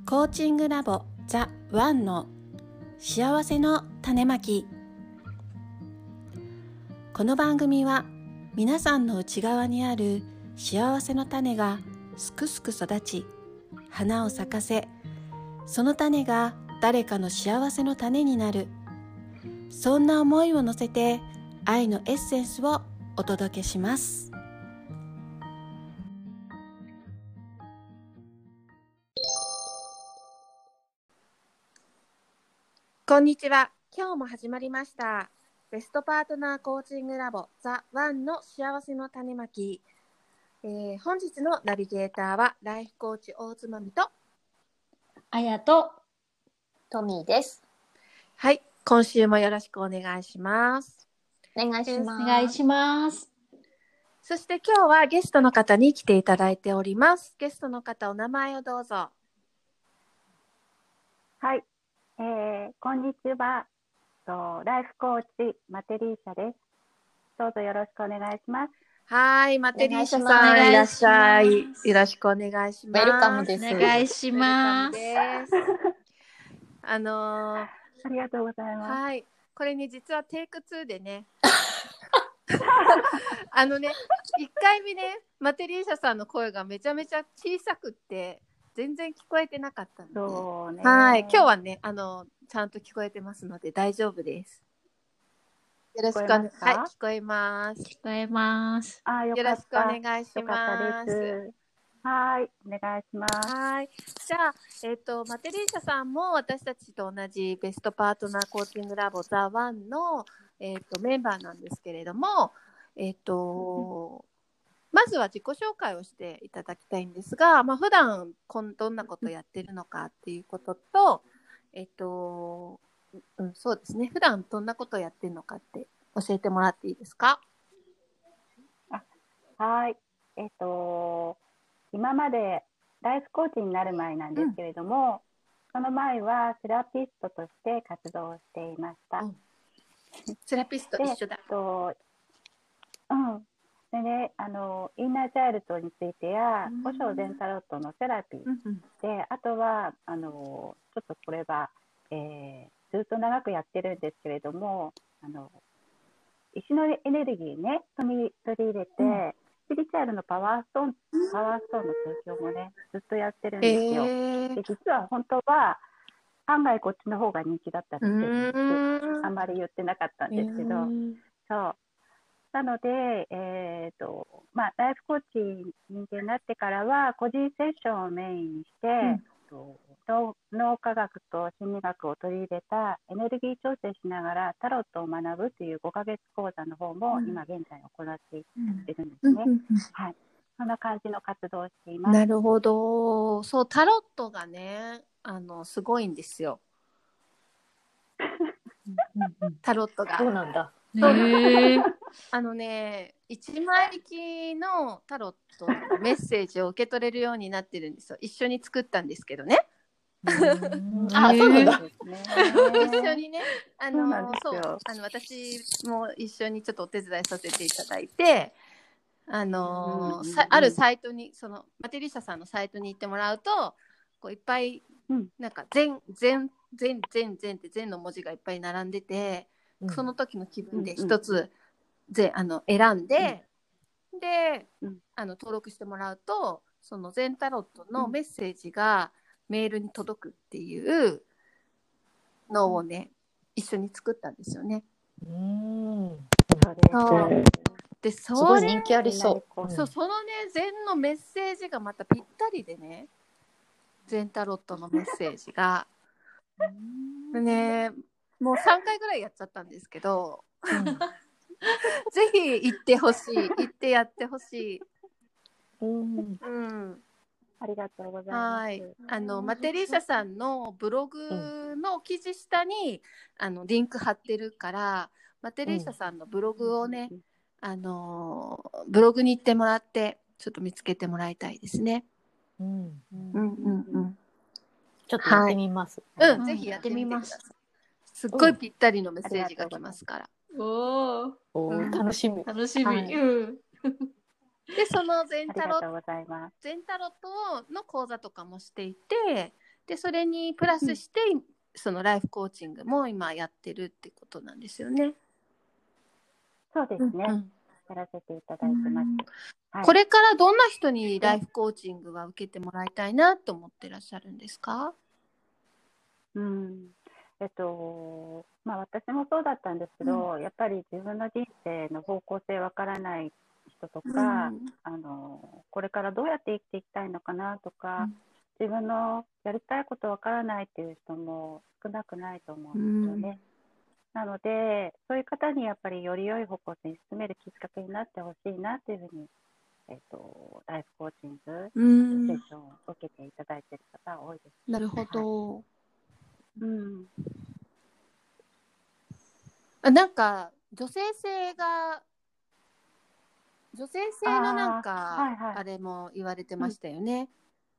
コーチングラボザ・ワンの幸せの種まき。この番組は皆さんの内側にある幸せの種がすくすく育ち花を咲かせ、その種が誰かの幸せの種になる、そんな思いを乗せて愛のエッセンスをお届けします。こんにちは。今日も始まりましたベストパートナーコーチングラボザ・ワンの幸せの種まき。本日のナビゲーターはライフコーチ大津まみとあやとトミーです。 はい、今週もよろしくお願いします。 お願いします。 お願いします。 そして今日はゲストの方に来ていただいております。ゲストの方、お名前をどうぞ。 はい、こんにちは。ライフコーチマテリーシャです。どうぞよろしくお願いします。 はい、マテリーシャさんいらっしゃい。よろしくお願いします。 ウェルカムです。 お願いします。 ありがとうございます。 はい、これね実はテイク2でね1回目ねマテリーシャさんの声がめちゃめちゃ小さくって全然聞こえてなかったので、 そうね、 はい、今日はねちゃんと聞こえてますので大丈夫です。よろしくお願いします。はい、聞こえます。 聞こえます。 よろしくお願いしよかまったです。はい、お願いします。 はい、じゃあ、マテリーシャさんも私たちと同じベストパートナーコーチングラボザ・ワンの、メンバーなんですけれども、まずは自己紹介をしていただきたいんですが、普段どんなことをやってるのかっていうことと、そうですね、普段どんなことをやってるのかって教えてもらっていいですか？ はい、今までライフコーチになる前なんですけれども、その前はセラピストとして活動をしていました。 セラピスト一緒だ。 でね、インナーチャイルドについてや五章全タロットのセラピーで、あとはちょっとこれは、ずっと長くやってるんですけれども、石のエネルギーね取り入れて、スピリチュアルのパワーストーンの提供もねずっとやってるんですよ。で実は本当は案外こっちの方が人気だったりしてるんです。あんまり言ってなかったんですけど、そうなので、ライフコーチ人間になってからは個人セッションをメインにして、脳科学と心理学を取り入れたエネルギー調整しながらタロットを学ぶという5ヶ月講座の方も今現在行っているんですね。はい、そんな感じの活動をしています。 なるほど。そう、タロットがねすごいんですよ。タロットが。 そうなんだ。 1枚引きのタロットのメッセージを受け取れるようになってるんですよ。一緒に作ったんですけどね。 そうなんだ。 一緒にね、私も一緒にちょっとお手伝いさせていただいて、あるサイトにマテリーシャさんのサイトに行ってもらうと、こういっぱいなんか全って全の文字がいっぱい並んでて、その時の気分で一つ選んで、で登録してもらうとその全タロットのメッセージがメールに届くっていうのをね一緒に作ったんですよね。 すごい人気ありそう。 そのね全のメッセージがまたぴったりでね、全タロットのメッセージがねもう3回ぐらいやっちゃったんですけど、ぜひ行ってほしい、行ってやってほしい。 ありがとうございます。はい、 マテリーシャさんのブログの記事下にリンク貼ってるから、マテリーシャさんのブログをね、ブログに行ってもらってちょっと見つけてもらいたいですね。 ちょっとやってみます。 ぜひやってみます。すっごいぴったりのメッセージが来ますから。 楽しみ。 楽しみ。 でその全タロットの講座とかもしていて、 でそれにプラスして、そのライフコーチングも今やってるってことなんですよね。 そうですね、やらせていただいてます、はい。 これからどんな人にライフコーチングは受けてもらいたいなと思ってらっしゃるんですか？ 私もそうだったんですけど、やっぱり自分の人生の方向性わからない人とか、これからどうやって生きていきたいのかなとか、自分のやりたいことわからないっていう人も少なくないと思うんですよね。なのでそういう方にやっぱりより良い方向性に進めるきっかけになってほしいなっていうふうに、ライフコーチングセッションを受けていただいている方多いです。 なるほど、 はい。 なんか女性性のなんかあれも言われてましたよね。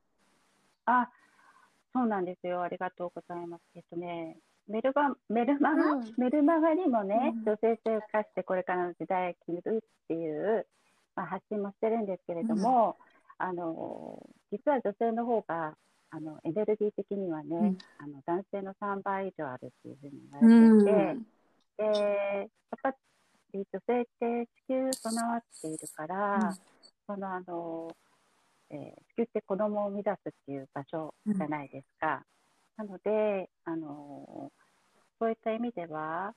そうなんですよ。ありがとうございます。メルマガにもね、女性性を生かしてこれからの時代を決めるっていう、発信もしてるんですけれども、実は女性の方がエネルギー的にはね、男性の3倍以上あるっていうふうに言われていて、やっぱり女性って地球備わっているから、地球って子供を生み出すっていう場所じゃないですか。なのでそういった意味では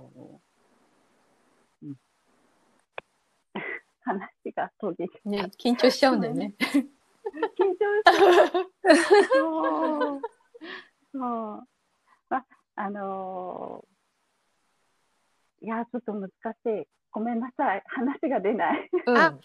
話が途切れね、緊張しちゃうんだよね。 緊張しちゃう。そういやちょっと難しい。ごめんなさい、話が出ない。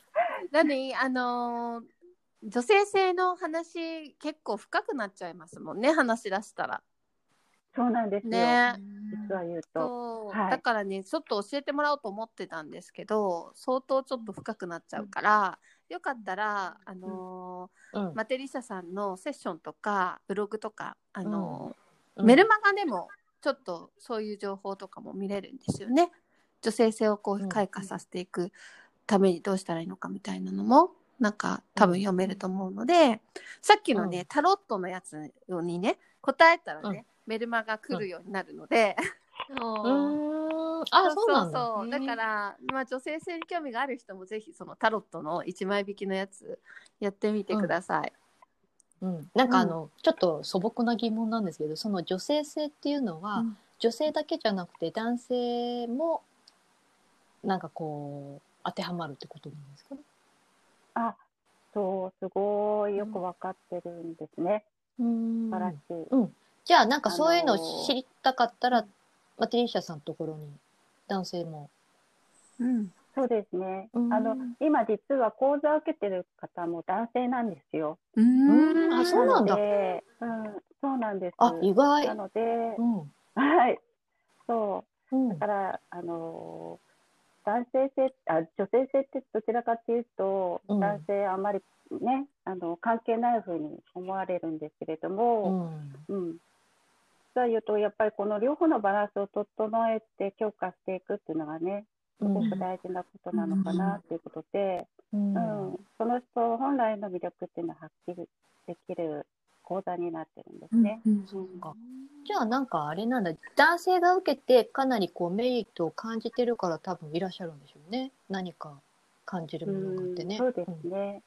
女性性の話結構深くなっちゃいますもんね、話し出したら。 そうなんですよ、ね、実は言うと、 だからねちょっと教えてもらおうと思ってたんですけど、相当ちょっと深くなっちゃうから、よかったらマテリシャさんのセッションとかブログとかメルマガでもちょっとそういう情報とかも見れるんですよね。女性性をこう開花させていくためにどうしたらいいのかみたいなのもなんか多分読めると思うので、さっきのね、タロットのやつにね答えたらね、メルマガ来るようになるので、 そうなんだ。 だから、女性性に興味がある人もぜひそのタロットの1枚引きのやつやってみてください。 なんかちょっと素朴な疑問なんですけど、その女性性っていうのは、女性だけじゃなくて男性もなんかこう当てはまるってことなんですかね。 そう、すごいよく分かってるんですね。素晴らしい。 じゃあなんかそういうのを知りたかったら、マテリーシャさんのところに男性も。 そうですね。今実は講座を受けてる方も男性なんですよ。 そうなんだ。 そうなんです。 意外。 なので、はい。そう。だから女性性ってどちらかというと、男性あんまりね関係ないふうに思われるんですけれども、実は言うとやっぱりこの両方のバランスを整えて強化していくっていうのがね、すごく大事なことなのかなということで、その人本来の魅力っていうのを発揮できる講座になってるんですね。 じゃあなんかあれなんだ、男性が受けてかなりこうメリットを感じてるから多分いらっしゃるんでしょうね。何か感じるものがあってね。 そうですね。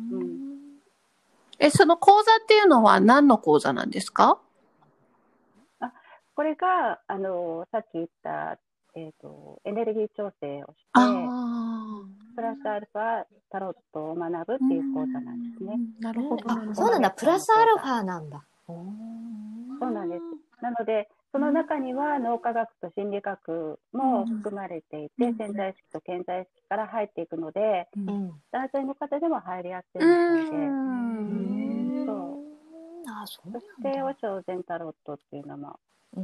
その講座っていうのは何の講座なんですか？ これがさっき言ったエネルギー調整をして、プラスアルファタロットを学ぶっていう講座なんですね。 なるほど。 そうなんだ、プラスアルファなんだ。 そうなんです。なのでその中には脳科学と心理学も含まれていて、潜在意識と潜在意識から入っていくので、男性の方でも入りやすいみたいで、そして和尚禅タロットっていうのも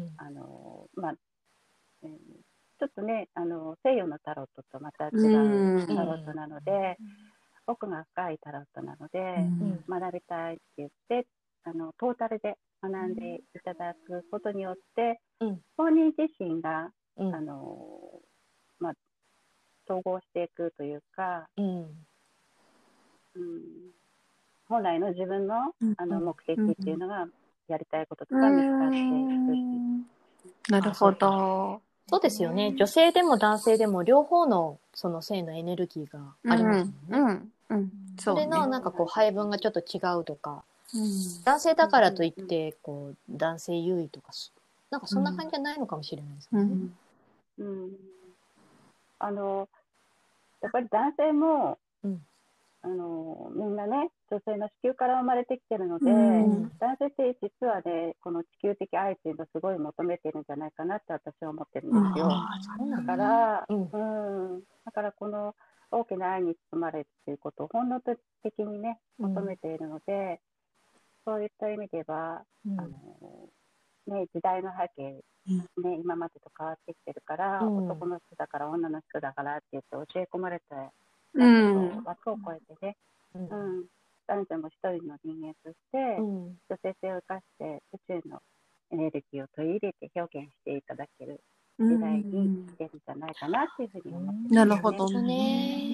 ちょっとね西洋のタロットとまた違うタロットなので、奥が深いタロットなので、学びたいって言ってトータルで学んでいただくことによって、本人自身が統合していくというか、本来の自分の目的っていうのがやりたいこととか見つかっていくし。 なるほど。 そうですよね。女性でも男性でも両方のその性のエネルギーがありますもんね。それのなんかこう配分がちょっと違うとか、男性だからといってこう男性優位とかなんかそんな感じじゃないのかもしれないですね。 やっぱり男性も、 うん、 みんなね、女性の子宮から生まれてきてるので、男性って実はね、この地球的愛っていうのをすごい求めてるんじゃないかなって私は思ってるんですよ。だからこの大きな愛に包まれるっていうことを本能的にね、求めているので、そういった意味では、ね、時代の背景、ね、今までと変わってきてるから、男の人だから女の人だからって言って教え込まれた枠を超えてね、男女も一人の人間として、女性性を生かして宇宙のエネルギーを取り入れて表現していただける時代に来てるんじゃないかなっていうふうに思ってますね。 なるほどね。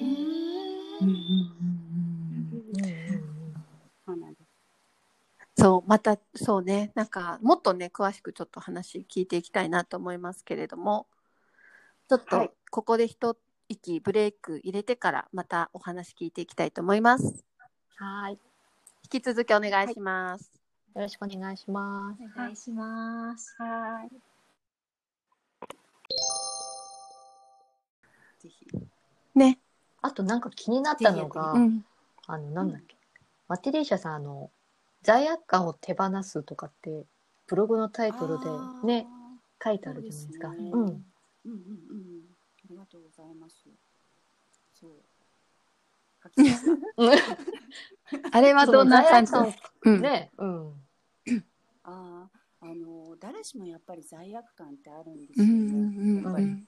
そうなんです。 そう、またそうね、なんかもっとね詳しくちょっと話聞いていきたいなと思いますけれども、ちょっとここで一息ブレイク入れてからまたお話聞いていきたいと思います。 はい。 引き続きお願いします。 よろしくお願いします。 お願いします。 はい。 ぜひ。ね。 あとなんか気になったのが、なんだっけ、マテリーシャさん罪悪感を手放すとかってブログのタイトルでね書いてあるじゃないですか。ありがとうございます。そう。書きました。 あれはどんな感じね。誰しもやっぱり罪悪感ってあるんですよね。やっぱり。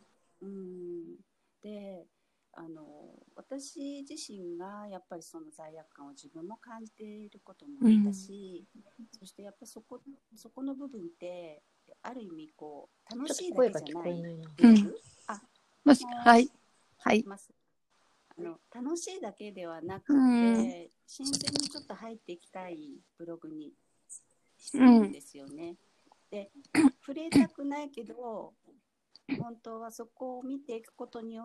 で、私自身がやっぱりその罪悪感を自分も感じていることもあったし、そしてやっぱそこの部分ってある意味こう楽しいだけじゃない。 もしはい楽しいだけではなくて、新鮮にちょっと入っていきたいブログにしてるんですよね。で、触れたくないけど本当はそこを見ていくことによって、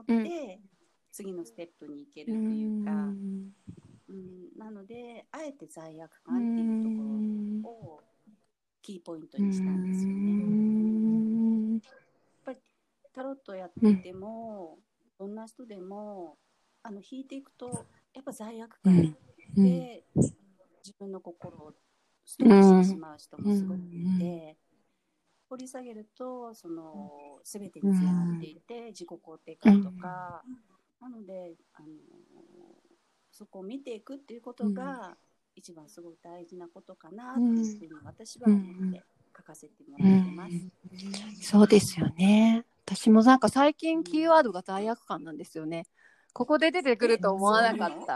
次のステップに行けるっていうか、なのであえて罪悪感っていうところをキーポイントにしたんですよね。やっぱりタロットやってても、どんな人でも引いていくとやっぱ罪悪感で自分の心をストップしてしまう人もすごくいて、掘り下げるとその全てにつながっていて、自己肯定感とか、なのでそこを見ていくっていうことが一番すごい大事なことかなっていうふうに私は思って書かせてもらってます。 そうですよね。私もなんか最近キーワードが罪悪感なんですよね。ここで出てくると思わなかった。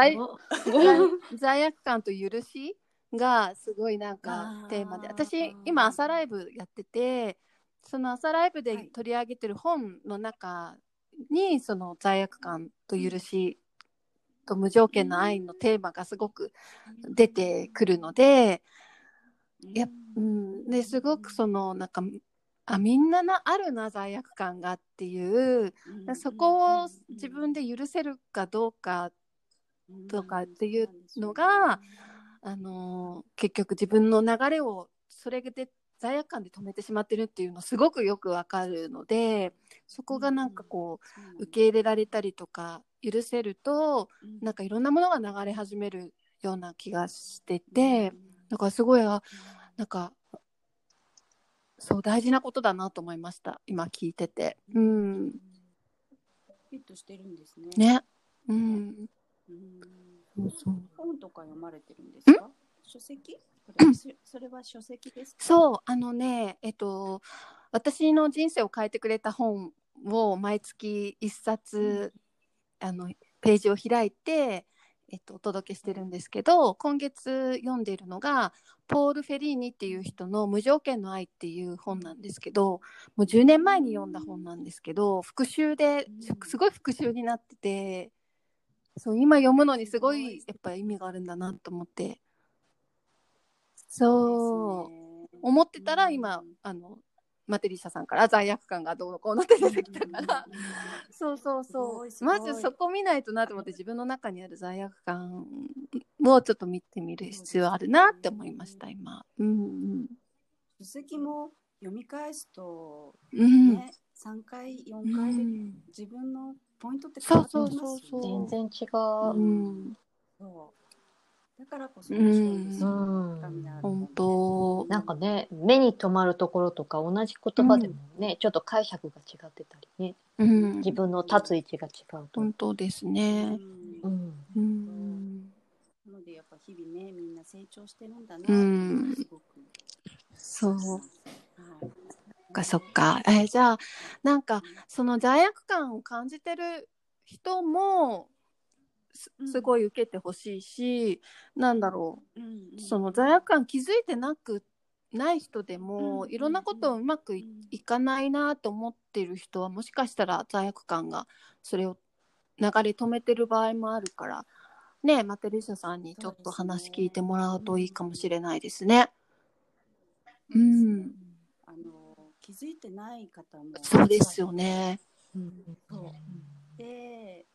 罪悪感と許しがすごいなんかテーマで、私今朝ライブやってて、その朝ライブで取り上げてる本の中にその罪悪感と許しと無条件の愛のテーマがすごく出てくるので、ですごくそのなんかみんなあるな罪悪感がっていう、そこを自分で許せるかどうかとかっていうのが、結局自分の流れをそれで罪悪感で止めてしまってるっていうのすごくよくわかるので、そこがなんかこう受け入れられたりとか許せると、なんかいろんなものが流れ始めるような気がしてて、だからすごいなんかそう大事なことだなと思いました、今聞いてて。 フィットしてるんですね。本とか読まれてるんですか？書籍？それは書籍ですか？ そう、私の人生を変えてくれた本を毎月1冊、ページを開いて、お届けしてるんですけど、今月読んでいるのがポール・フェリーニっていう人の無条件の愛っていう本なんですけど、もう10年前に読んだ本なんですけど、復習ですごい復習になってて、そう今読むのにすごいやっぱり意味があるんだなと思って。そ思ってたら今マテリーシャさんから罪悪感がどうのこうのって出てきたからそうまずそこ見ないとなと思って、自分の中にある罪悪感をちょっと見てみる必要あるなって思いました今。 書籍も読み返すと、 ね、 3回4回で自分のポイントって変わってきますよね。 全然違う。 そうだからこそ面白いですよ、 本当。 なんかね、目に留まるところとか同じ言葉でもね、ちょっと解釈が違ってたりね、自分の立つ位置が違うと。 本当ですね。 なのでやっぱ日々ね、みんな成長してるんだなってすごく。 そう。そっか。じゃあなんかその罪悪感を感じてる人もすごい受けてほしいし、なんだろう、その罪悪感気づいてない人でも、いろんなことをうまくいかないなと思ってる人は、もしかしたら罪悪感がそれを流れ止めてる場合もあるからね、マテリシャさんにちょっと話聞いてもらうといいかもしれないですね。 気づいてない方もそうですよね。 で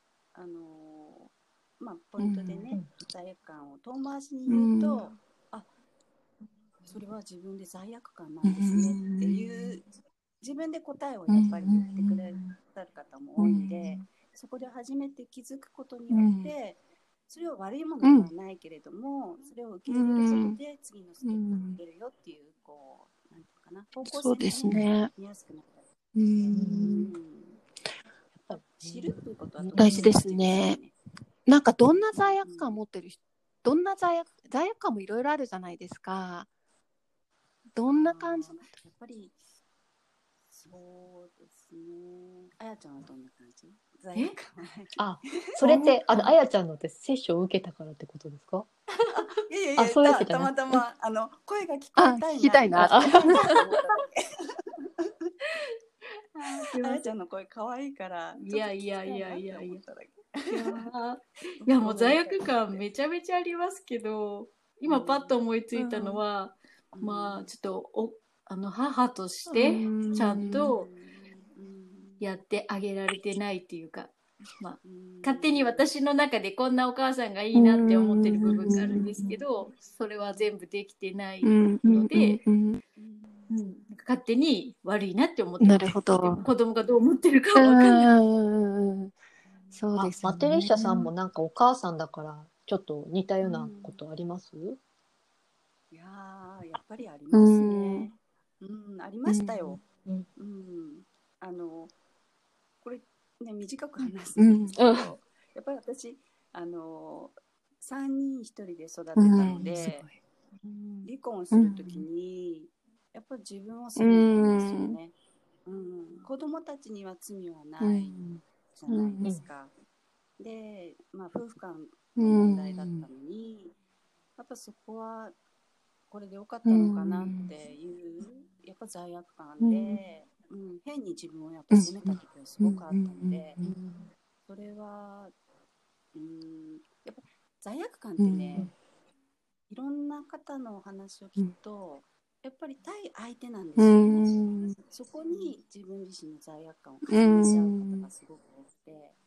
ポイントでね、罪悪感を遠回しに言うと、それは自分で罪悪感なんですねっていう、自分で答えをやっぱり言ってくれたる方も多いんで、そこで初めて気づくことによって、それは悪いものではないけれども、それを受け入れることで次のステップに行けるよっていう、なんていうかな、方向性が見やすくなったり、やっぱ知るっていうことは大事ですね。なんかどんな罪悪感を持ってる人、どんな罪悪感もいろいろあるじゃないですか。どんな感じ？やっぱりそうですね。あやちゃんはどんな感じ？罪悪感。 それってあやちゃんのってセッションを受けたからってことですか？ いやそういうわけじゃない。たまたま声が聞こえたいな。 聞きたいな。 あやちゃんの声可愛いから。 いやもう罪悪感めちゃめちゃありますけど、今パッと思いついたのは、ちょっと母としてちゃんとやってあげられてないっていうか、勝手に私の中でこんなお母さんがいいなって思ってる部分があるんですけど、それは全部できてないので、勝手に悪いなって思ってます。 なるほど。 子供がどう思ってるかは分かんない。 そうですね。 マテリッシャさんもなんかお母さんだからちょっと似たようなことあります？ いややっぱりありますね。ありましたよ。これね、短く話すんですけど、やっぱり私3人1人で育てたので、離婚するときにやっぱり自分を責めたんですよね。子供たちには罪はないじゃないですか。で、夫婦間の問題だったのに、やっぱそこはこれでよかったのかなっていうやっぱ罪悪感で、変に自分をやっぱ責めた時はすごくあったので、それはやっぱ罪悪感ってね、いろんな方のお話を聞くと、やっぱり対相手なんですよね。そこに自分自身の罪悪感を感じちゃう方がすごく多くて、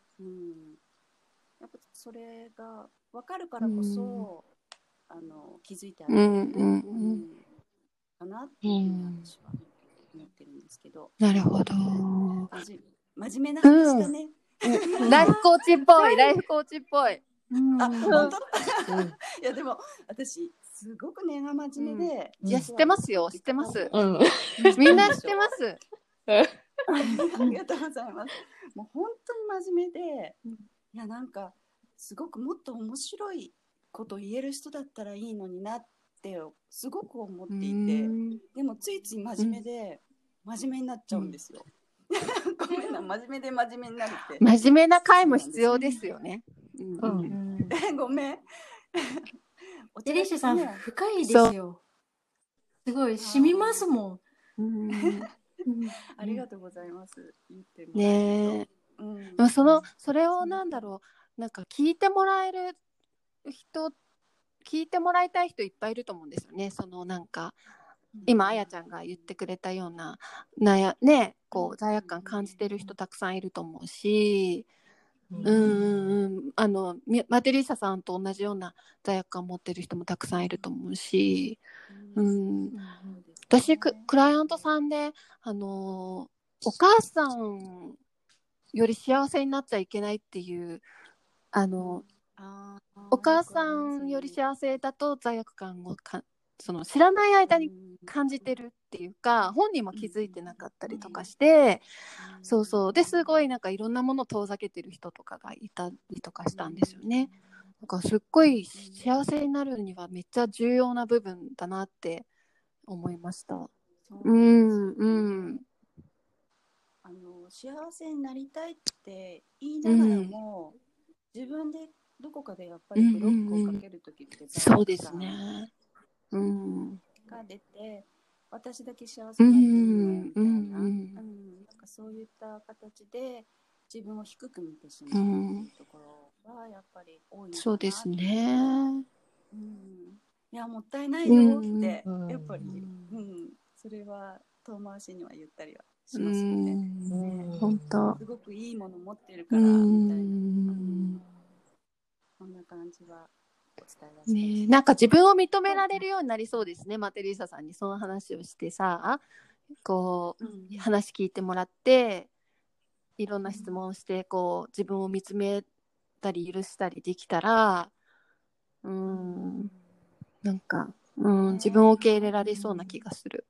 やっぱそれが分かるからこそ、気づいてあげるかなっていうふうに私は思ってるんですけど。 なるほど。 真面目な話だね。 ライフコーチっぽい、ライフコーチっぽい。 本当？いやでも私すごく根が真面目で、 いや知ってますよ、知ってます。みんな知ってます。 ありがとうございます。もう本当に真面目で、いやなんかすごくもっと面白いこと言える人だったらいいのになってすごく思っていて、でもついつい真面目で真面目になっちゃうんですよ。ごめんな、真面目で真面目になるって。 真面目な回も必要ですよね。 ごめん。 テレシさん深いですよ。すごい染みますもん。 ありがとうございます。言ってもねえ。それをなんだろう、なんか聞いてもらえる人、聞いてもらいたい人いっぱいいると思うんですよね。そのなんか今あやちゃんが言ってくれたようなこう罪悪感感じてる人たくさんいると思うし、マテリーサさんと同じような罪悪感を持ってる人もたくさんいると思うし、私クライアントさんでお母さんより幸せになっちゃいけないっていうお母さんより幸せだと罪悪感をその知らない間に感じてるっていうか、本人も気づいてなかったりとかして、そうそうですごいなんかいろんなものを遠ざけてる人とかがいたりとかしたんですよね。だからすっごい幸せになるにはめっちゃ重要な部分だなって思いました。 幸せになりたいって言いながらも、自分でどこかでやっぱりブロックをかけるときってそうですね。 が出て、私だけ幸せになっているのよみたいな、なんかそういった形で自分を低く見てしまうっていうところはやっぱり多いのかな。 そうですね。 いやもったいないよって、やっぱり、それは遠回しには言ったりはしますよね。 本当。 すごくいいもの持ってるからみたいな、そんな感じはお伝えはして、 なんか自分を認められるようになりそうですね。マテリーサさんにその話をしてさ、こう、話聞いてもらって。いろんな質問をしてこう自分を見つめたり許したりできたら、なんか、自分を受け入れられそうな気がする。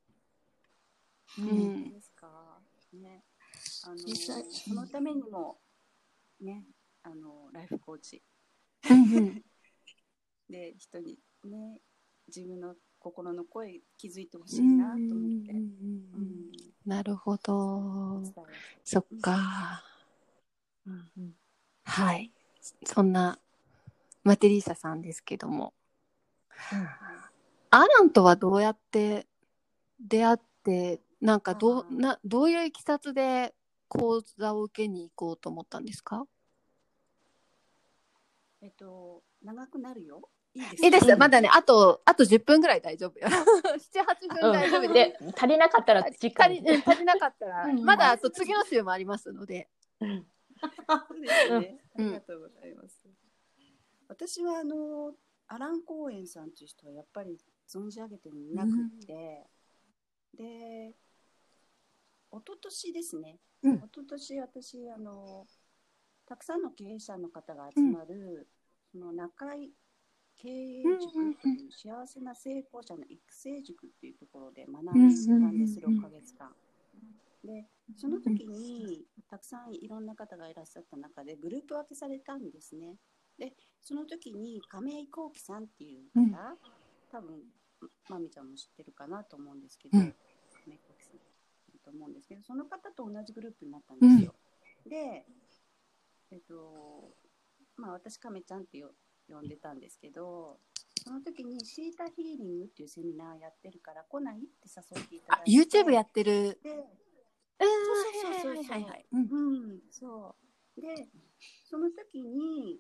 ですかね。そのためにもね、ライフコーチで人にね自分の心の声気づいてほしいなと思って。 なるほど。そっか。はい。そんなマテリーサさんですけども、アランとはどうやって出会って、なんかどういういきさつで講座を受けに行こうと思ったんですか？ 長くなるよ。いいです。まだね、あと10分ぐらい大丈夫よ。7、8分大丈夫で。足りなかったら次回。 足りなかったら、まだあと次の週もありますので。 そうですね。ありがとうございます。私はアラン・コーエンさんという人はやっぱり存じ上げていなくって、で、一昨年ですね。一昨年私たくさんの経営者の方が集まる、その中井経営塾という幸せな成功者の育成塾っていうところで学んだんです、6ヶ月間。で、その時にたくさんいろんな方がいらっしゃった中でグループ分けされたんですね。で、その時に亀井幸喜さんっていう方、多分まみちゃんも知ってるかなと思うんですけど、亀井幸喜さんと思うんですけど、その方と同じグループになったんですよ。で、私亀ちゃんって呼んでたんですけど、その時にシータヒーリングっていうセミナーやってるから来ないって誘っていただいて。 YouTube やってる。 そう。で、その時に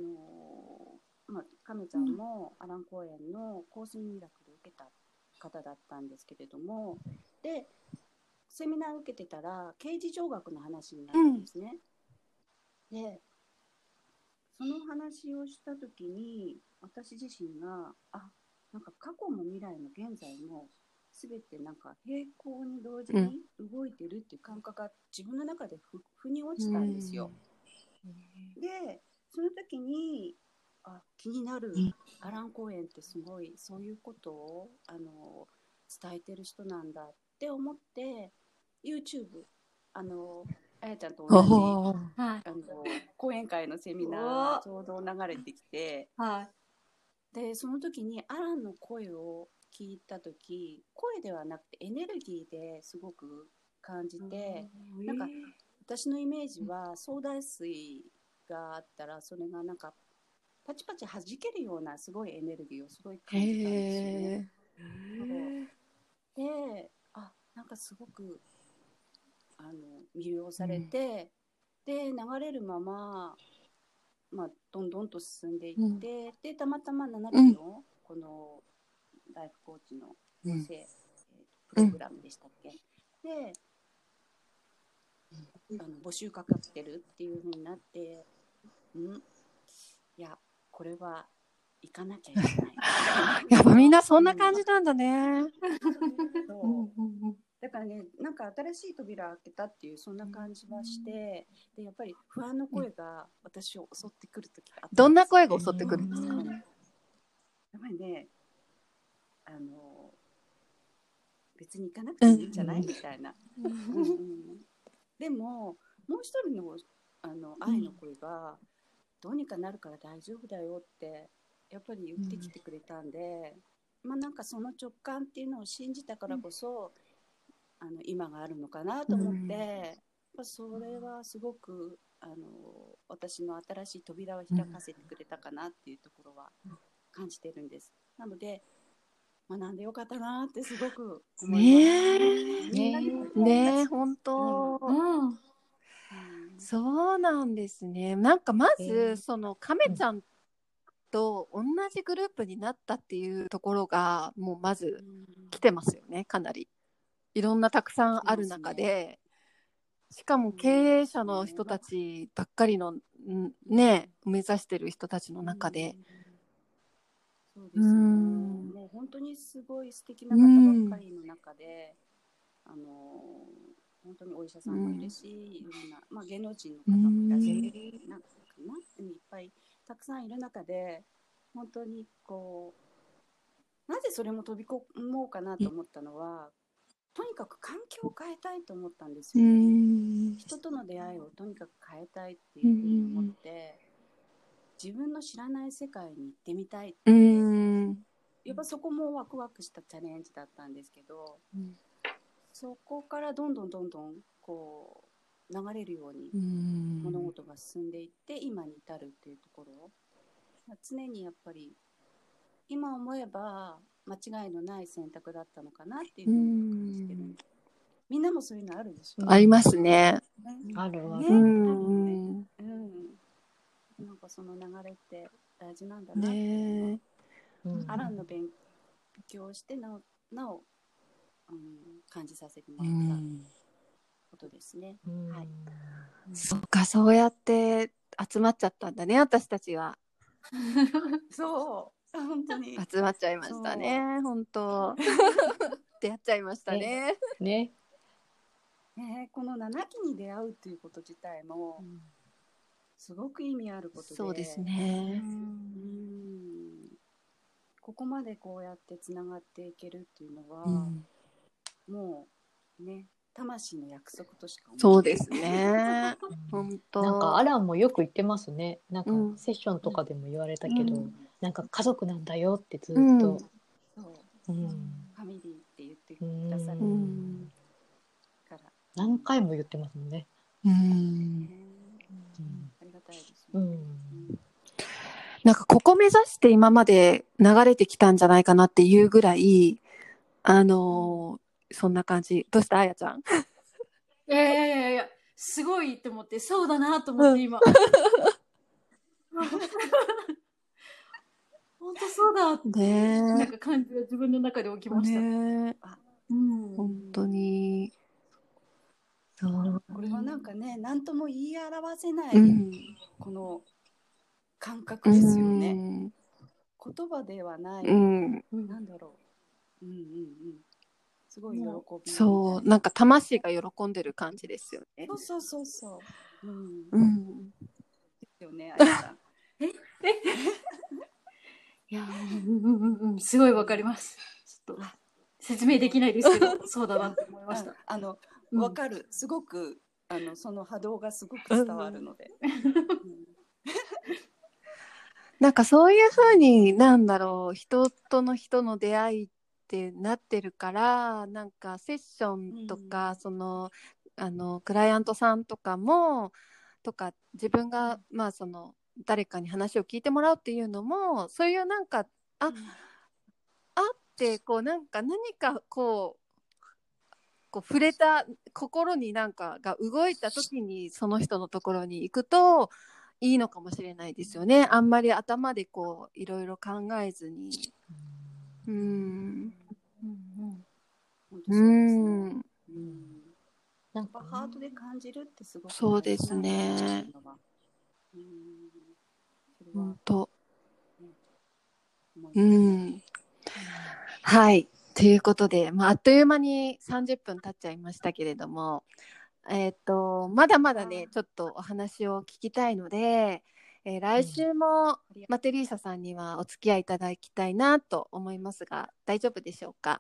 亀ちゃんもアラン公演の香水ミラクルを受けた方だったんですけれども、でセミナーを受けてたら刑事上学の話になったんですね。でその話をした時に私自身がなんか過去も未来も現在も全てなんか平行に同時に動いてるっていう感覚が自分の中で腑に落ちたんですよ。でその時に気になる、アラン・コーエンってすごいそういうことを伝えてる人なんだって思って YouTube あやちゃんと同じ講演会のセミナーがちょうど流れてきて、でその時にアランの声を聞いた時、声ではなくてエネルギーですごく感じて、なんか私のイメージはソーダ水があったらそれがなんかパチパチ弾けるようなすごいエネルギーをすごい感じたんですよね。でなんかすごく魅了されて、で流れるまま、どんどんと進んでいって、でたまたま7期のこのライフコーチの養成プログラムでしたっけ、で募集かかってるっていう風になって、いやこれは行かなきゃいけないやっぱみんなそんな感じなんだね。 そうだからね、なんか新しい扉開けたっていうそんな感じはして、でやっぱり不安の声が私を襲ってくる時があったんですよね。 どんな声が襲ってくるんですか？ やっぱりね、別に行かなくていいんじゃない、みたいな、でももう一人の愛の声が、どうにかなるから大丈夫だよってやっぱり言ってきてくれたんで、なんかその直感っていうのを信じたからこそ、今があるのかなと思って、それはすごく私の新しい扉を開かせてくれたかなっていうところは感じてるんです。なので学んでよかったなってすごく思います。 ねえ、本当、そうなんですね。なんかまずその亀ちゃんと同じグループになったっていうところがもうまず来てますよね。かなりいろんなたくさんある中で、しかも経営者の人たちばっかりのね、目指してる人たちの中で、 そうですね、もう本当にすごい素敵な方ばっかりの中で、本当にお医者さんもいるし、いろんな、芸能人の方もいらっしゃるなんかな、いっぱいたくさんいる中で、本当にこうなぜそれも飛び込もうかなと思ったのは、とにかく環境を変えたいと思ったんですよね。人との出会いをとにかく変えたいっていうふうに思って、自分の知らない世界に行ってみたいって、やっぱそこもワクワクしたチャレンジだったんですけど、そこからどんどんこう流れるように物事が進んでいって今に至るっていうところ、常にやっぱり今思えば間違いのない選択だったのかなっていうふうに感じてるんです。みんなもそういうのあるでしょ？ ありますね。 あるある。 なんかその流れって大事なんだなっていうのは、アランの勉強をしてなお、感じさせてもらったことですね。はい。 そうか、そうやって集まっちゃったんだね、私たちが。 そう本当に集まっちゃいましたね、本当。出会っちゃいましたね。 この7期に出会うっていうこと自体もすごく意味あることで、 そうですね。 ここまでこうやってつながっていけるっていうのは、もうね、魂の約束としか思そうですね。本当。 なんかアランもよく言ってますね。なんかセッションとかでも言われたけど、なんか家族なんだよってずっと、 ファミリーって言ってくださるから何回も言ってますもんね。 ありがたいですね。 なんかここ目指して今まで流れてきたんじゃないかなっていうぐらい、そんな感じ。どうしたあやちゃん？ いや、すごいと思って、そうだなと思って今。本当そうだって、なんか感じが自分の中で起きました。 本当に。 そうこれはなんかね、何とも言い表せない、この感覚ですよね。言葉ではない、なんだろう、すごい喜び。 そう、なんか魂が喜んでる感じですよね。 そう。ですよね、あやさん。 いや、すごいわかります。ちょっと説明できないですけど、そうだなって思いました。 わかる、すごくその波動がすごく伝わるので。 なんかそういう風になんだろう、人との人の出会いってなってるから、なんかセッションとか、そのクライアントさんとかもとか自分がその誰かに話を聞いてもらうっていうのも、そういうなんかあってこうなんか何かこう触れた心になんかが動いた時にその人のところに行くといいのかもしれないですよね。あんまり頭でこういろいろ考えずに。 本なんかハートで感じるってすごくそうですね。本当。はい。ということで、あっという間に30分経っちゃいましたけれども、まだまだね、ちょっとお話を聞きたいので、来週もマテリーサさんにはお付き合いいただきたいなと思いますが、大丈夫でしょうか？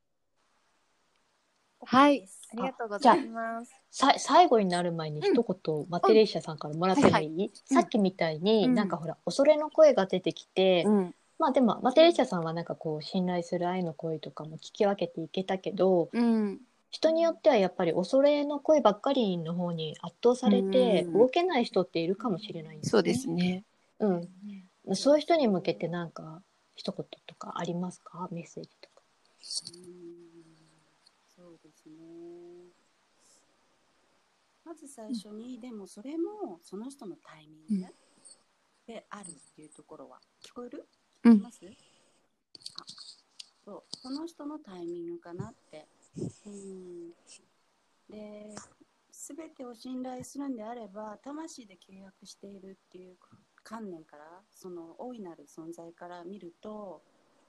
はい、ありがとうございます。 最後になる前に一言、マテリーサさんからもらってもいい？さっきみたいに、なんかほら、恐れの声が出てきて、でもマテリーサさんはなんかこう信頼する愛の声とかも聞き分けていけたけど、人によってはやっぱり恐れの声ばっかりの方に圧倒されて動けない人っているかもしれないんですね。 そうですね。 そういう人に向けてなんか一言とかありますか？メッセージとか。 そうですね。まず最初に、でもそれもその人のタイミングであるっていうところは聞こえる？聞こえます？そう、その人のタイミングかなって。で、全てを信頼するんであれば、魂で契約しているっていう観念から、その大いなる存在から見ると、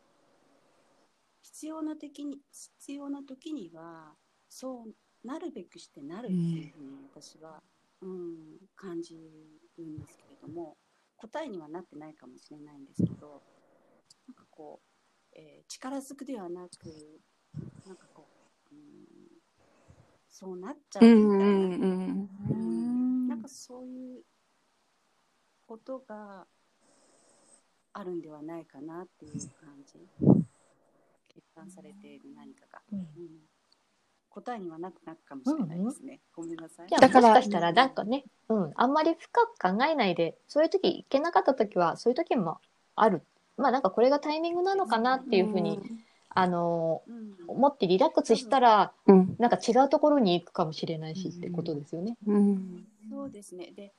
必要な時にはそうなるべくしてなるっていうふうに私は、感じるんですけれども、答えにはなってないかもしれないんですけど、なんかこう、力ずくではなく、なんかこう、そうなっちゃうみたいな、なんかそういうことがあるんではないかなっていう感じ。決断されている何かが、答えにはなくなるかもしれないですね。ごめんなさい。 だからもしかしたらなんかね、あんまり深く考えないで、そういう時いけなかった時はそういう時もある。なんかこれがタイミングなのかなっていうふうに、思ってリラックスしたら、なんか違うところに行くかもしれないしってことですよね。 そうですね。で、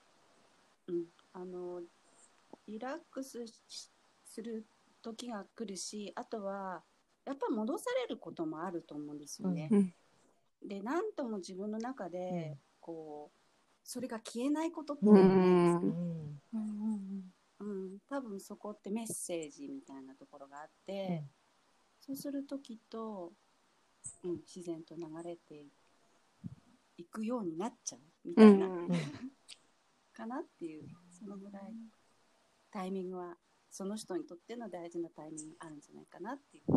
リラックスする時が来るし、あとはやっぱ戻されることもあると思うんですよね。で、なんとも自分の中で、こうそれが消えないことってないですか。多分そこってメッセージみたいなところがあって、そうする時と、自然と流れていくようになっちゃうみたいな、かなっていう、そのぐらいタイミングはその人にとっての大事なタイミングあるんじゃないかなっていう。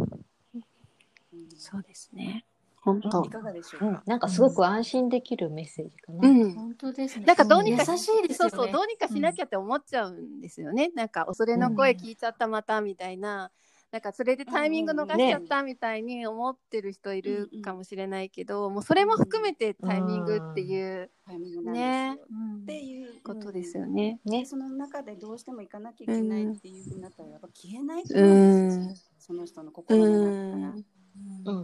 そうですね。本当。 いかがでしょうか。 なんかすごく安心できるメッセージかな。 本当ですね。 なんかどうにか優しいですよね。 そうどうにかしなきゃって思っちゃうんですよね。なんか恐れの声聞いちゃったまたみたいな。なんかそれでタイミング逃しちゃったみたいに思ってる人いるかもしれないけど、もうそれも含めてタイミングっていうね、っていうことですよね。 その中でどうしても行かなきゃいけないっていうふうになったらやっぱ消えないと思うんですよ。その人の心の中から。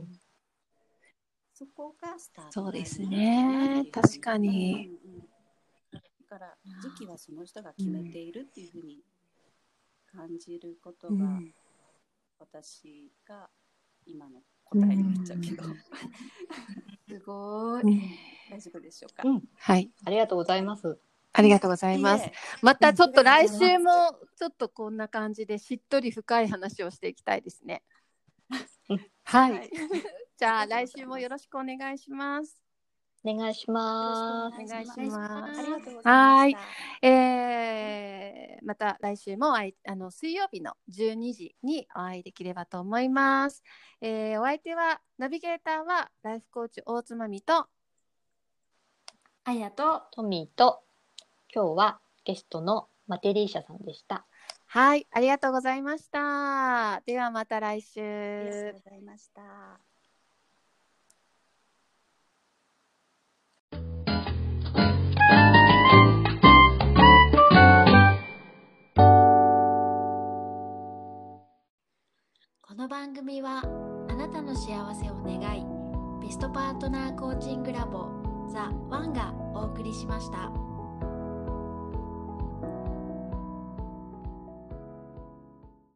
そこがスタート。 そうですね。確かに。 だから時期はその人が決めているっていうふうに感じることが、私が今の答えになっちゃうけど、 すごい。 大丈夫でしょうか。 はい。 ありがとうございます。 ありがとうございます。またちょっと来週もちょっとこんな感じでしっとり深い話をしていきたいですね。はい。じゃあ来週もよろしくお願いします。 お願いします。 お願いします。ありがとうございました。 はい。また来週も水曜日の12時にお会いできればと思います。お相手はナビゲーターはライフコーチ大津まみとあやとトミーと今日はゲストのマテリーシャさんでした。 はい、ありがとうございました。ではまた来週。 ありがとうございました。 この番組はあなたの幸せを願いベストパートナーコーチングラボザ・ワンがお送りしました。